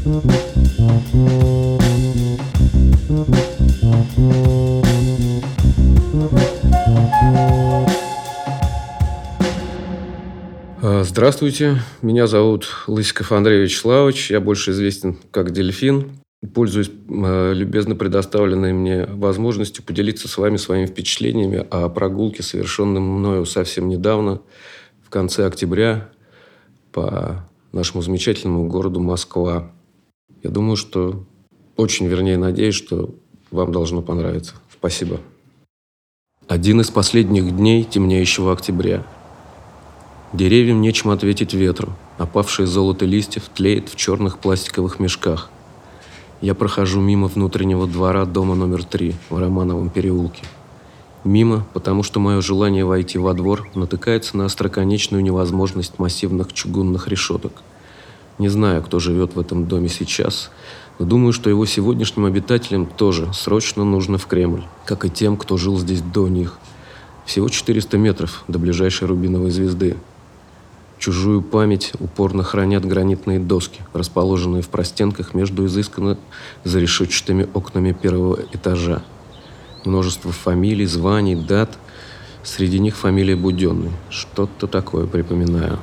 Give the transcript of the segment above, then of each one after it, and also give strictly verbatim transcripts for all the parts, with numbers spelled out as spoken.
Здравствуйте, меня зовут Лысиков Андрей Вячеславович, я больше известен как Дельфин. Пользуюсь э, любезно предоставленной мне возможностью поделиться с вами своими впечатлениями о прогулке, совершенной мною совсем недавно, в конце октября, по нашему замечательному городу Москва. Я думаю, что очень, вернее, надеюсь, что вам должно понравиться. Спасибо. Один из последних дней темнеющего октября. Деревьям нечем ответить ветру. Опавшее золото листьев тлеет в черных пластиковых мешках. Я прохожу мимо внутреннего двора дома номер три в Романовом переулке. Мимо, потому что мое желание войти во двор натыкается на остроконечную невозможность массивных чугунных решеток. Не знаю, кто живет в этом доме сейчас, но думаю, что его сегодняшним обитателям тоже срочно нужно в Кремль, как и тем, кто жил здесь до них. Всего четыреста метров до ближайшей рубиновой звезды. Чужую память упорно хранят гранитные доски, расположенные в простенках между изысканно зарешетчатыми окнами первого этажа. Множество фамилий, званий, дат. Среди них фамилия Буденный. Что-то такое припоминаю.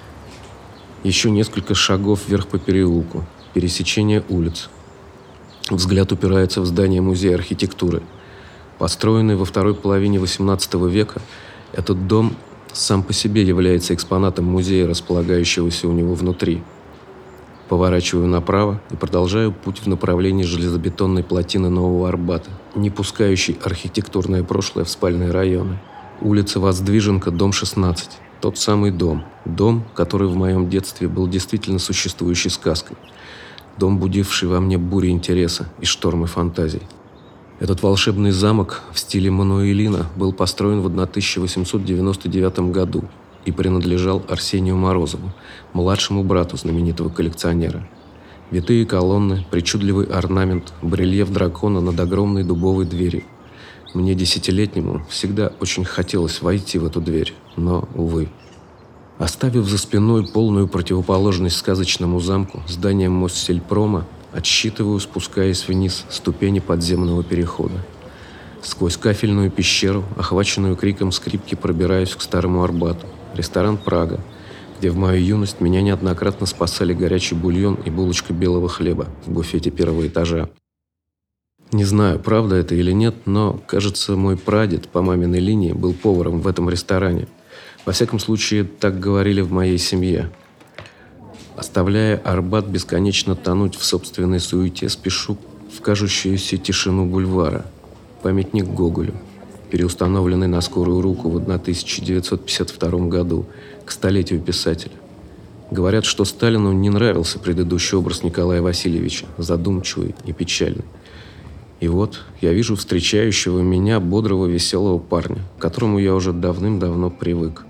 Еще несколько шагов вверх по переулку. Пересечение улиц. Взгляд упирается в здание музея архитектуры. Построенный во второй половине восемнадцатого века, этот дом сам по себе является экспонатом музея, располагающегося у него внутри. Поворачиваю направо и продолжаю путь в направлении железобетонной плотины Нового Арбата, не пускающей архитектурное прошлое в спальные районы. Улица Воздвиженка, дом шестнадцать. Тот самый дом. Дом, который в моем детстве был действительно существующей сказкой. Дом, будивший во мне бури интереса и штормы фантазий. Этот волшебный замок в стиле Мануэлина был построен в тысяча восемьсот девяносто девятом году и принадлежал Арсению Морозову, младшему брату знаменитого коллекционера. Витые колонны, причудливый орнамент, барельеф дракона над огромной дубовой дверью. Мне, десятилетнему, всегда очень хотелось войти в эту дверь, но, увы. Оставив за спиной полную противоположность сказочному замку, здание Моссельпрома, отсчитываю, спускаясь вниз ступени подземного перехода. Сквозь кафельную пещеру, охваченную криком скрипки, пробираюсь к Старому Арбату, ресторан «Прага», где в мою юность меня неоднократно спасали горячий бульон и булочка белого хлеба в буфете первого этажа. Не знаю, правда это или нет, но, кажется, мой прадед по маминой линии был поваром в этом ресторане. Во всяком случае, так говорили в моей семье. Оставляя Арбат бесконечно тонуть в собственной суете, спешу в кажущуюся тишину бульвара. Памятник Гоголю, переустановленный на скорую руку в тысяча девятьсот пятьдесят втором году, к столетию писателя. Говорят, что Сталину не нравился предыдущий образ Николая Васильевича, задумчивый и печальный. И вот я вижу встречающего меня бодрого, веселого парня, к которому я уже давным-давно привык.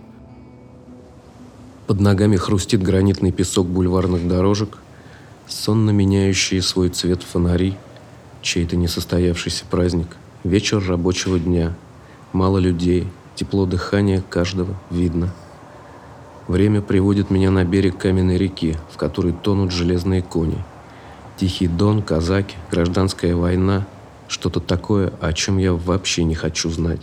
Под ногами хрустит гранитный песок бульварных дорожек, сонно меняющие свой цвет фонари, чей-то несостоявшийся праздник, вечер рабочего дня, мало людей, тепло дыхания каждого видно. Время приводит меня на берег каменной реки, в которой тонут железные кони. Тихий Дон, казаки, гражданская война, что-то такое, о чем я вообще не хочу знать.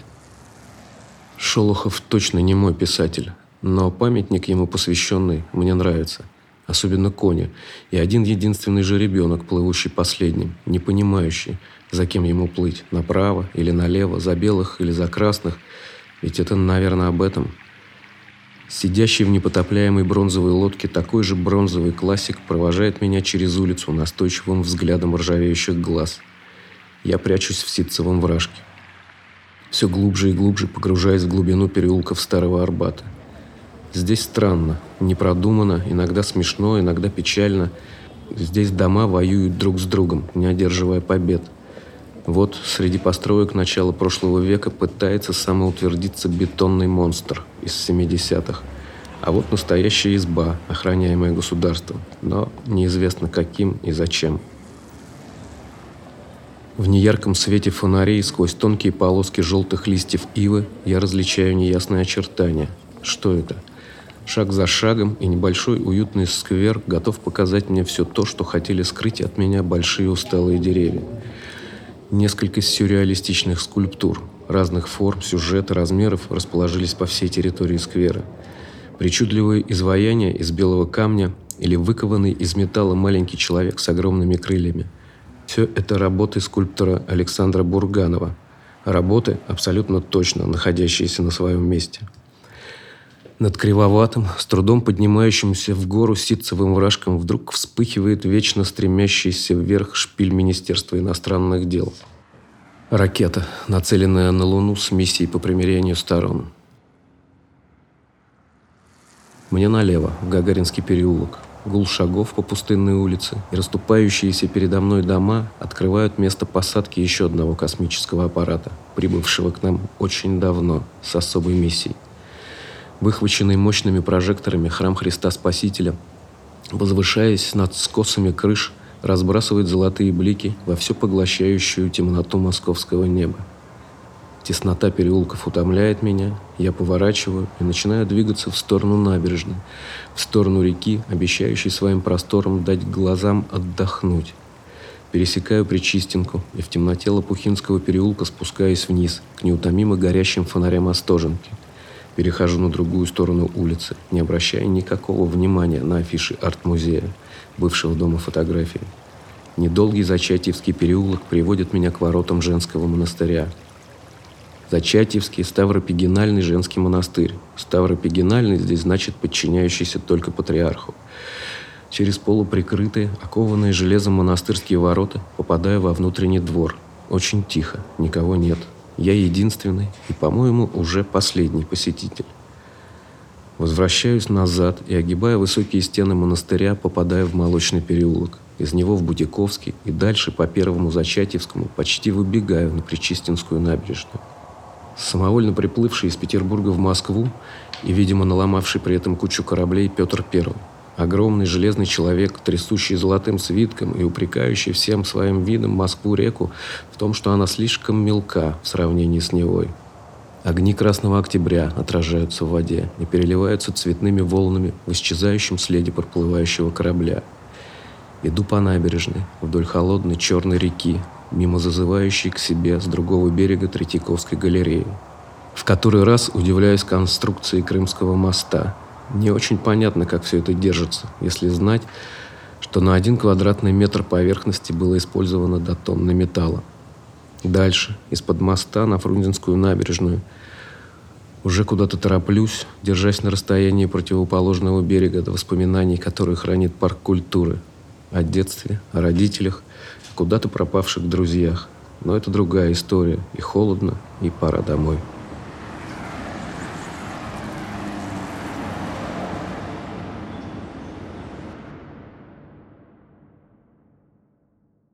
Шолохов точно не мой писатель. Но памятник ему посвященный мне нравится. Особенно кони. И один единственный же ребенок, плывущий последним, не понимающий, за кем ему плыть. Направо или налево, за белых или за красных. Ведь это, наверное, об этом. Сидящий в непотопляемой бронзовой лодке такой же бронзовый классик провожает меня через улицу настойчивым взглядом ржавеющих глаз. Я прячусь в ситцевом вражке. Все глубже и глубже погружаясь в глубину переулков Старого Арбата. Здесь странно, непродуманно, иногда смешно, иногда печально. Здесь дома воюют друг с другом, не одерживая побед. Вот среди построек начала прошлого века пытается самоутвердиться бетонный монстр из семидесятых. А вот настоящая изба, охраняемая государством, но неизвестно каким и зачем. В неярком свете фонарей сквозь тонкие полоски желтых листьев ивы я различаю неясные очертания. Что это? Шаг за шагом, и небольшой уютный сквер готов показать мне все то, что хотели скрыть от меня большие усталые деревья. Несколько сюрреалистичных скульптур разных форм, сюжета, размеров расположились по всей территории сквера. Причудливые изваяния из белого камня или выкованный из металла маленький человек с огромными крыльями. Все это работы скульптора Александра Бурганова. Работы, абсолютно точно находящиеся на своем месте. Над кривоватым, с трудом поднимающимся в гору ситцевым вражком вдруг вспыхивает вечно стремящийся вверх шпиль Министерства иностранных дел. Ракета, нацеленная на Луну с миссией по примирению сторон. Мне налево, в Гагаринский переулок. Гул шагов по пустынной улице и расступающиеся передо мной дома открывают место посадки еще одного космического аппарата, прибывшего к нам очень давно, с особой миссией. Выхваченный мощными прожекторами храм Христа Спасителя, возвышаясь над скосами крыш, разбрасывает золотые блики во все поглощающую темноту московского неба. Теснота переулков утомляет меня, я поворачиваю и начинаю двигаться в сторону набережной, в сторону реки, обещающей своим простором дать глазам отдохнуть. Пересекаю Причистенку и в темноте Лопухинского переулка спускаюсь вниз, к неутомимо горящим фонарям Остоженки. Перехожу на другую сторону улицы, не обращая никакого внимания на афиши арт-музея, бывшего дома фотографии. Недолгий Зачатьевский переулок приводит меня к воротам женского монастыря. Зачатьевский Ставропигинальный женский монастырь. Ставропигинальный здесь значит подчиняющийся только патриарху. Через полуприкрытые, окованные железом монастырские ворота попадаю во внутренний двор. Очень тихо, никого нет. Я единственный и, по-моему, уже последний посетитель. Возвращаюсь назад и, огибая высокие стены монастыря, попадаю в Молочный переулок. Из него в Бутиковский и дальше по Первому Зачатьевскому почти выбегаю на Причистинскую набережную. Самовольно приплывший из Петербурга в Москву и, видимо, наломавший при этом кучу кораблей Петр Первый. Огромный железный человек, трясущий золотым свитком и упрекающий всем своим видом Москву-реку в том, что она слишком мелка в сравнении с Невой. Огни Красного Октября отражаются в воде и переливаются цветными волнами в исчезающем следе проплывающего корабля. Иду по набережной, вдоль холодной черной реки, мимо зазывающей к себе с другого берега Третьяковской галереи. В который раз удивляюсь конструкции Крымского моста. Не очень понятно, как все это держится, если знать, что на один квадратный метр поверхности было использовано до тонны металла. Дальше, из-под моста на Фрунзенскую набережную, уже куда-то тороплюсь, держась на расстоянии противоположного берега от воспоминаний, которые хранит парк культуры. О детстве, о родителях, о куда-то пропавших друзьях. Но это другая история, и холодно, и пора домой.